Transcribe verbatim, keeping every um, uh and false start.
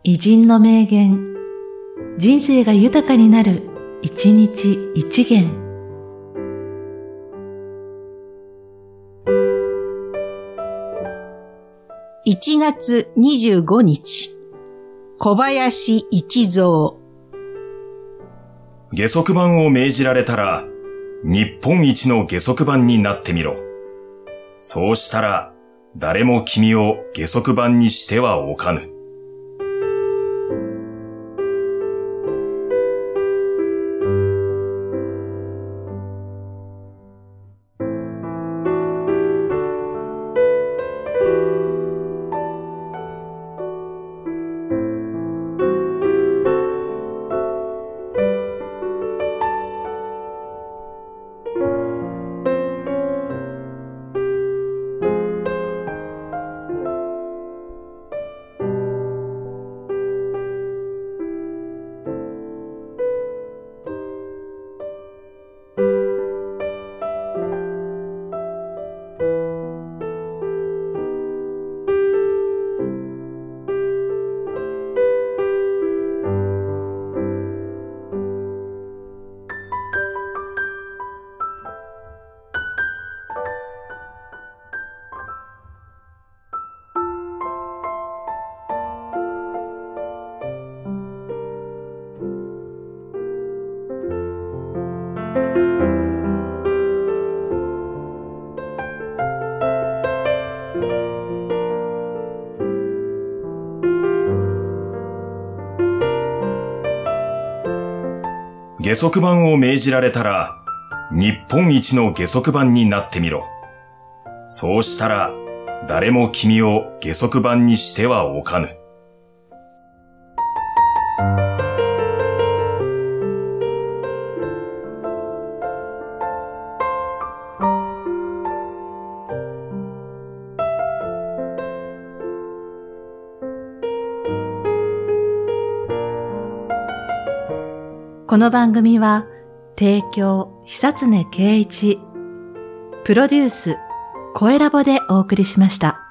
偉人の名言、人生が豊かになる、一日一元。 いちがつにじゅうごにち、小林一三。 下足番を命じられたら、日本一の下足番になってみろ。そうしたら、誰も君を下足番にしてはおかぬ。下足番を命じられたら、日本一の下足番になってみろ。そうしたら、誰も君を下足番にしてはおかぬ。 この番組は、提供、久常圭一、プロデュース、声ラボでお送りしました。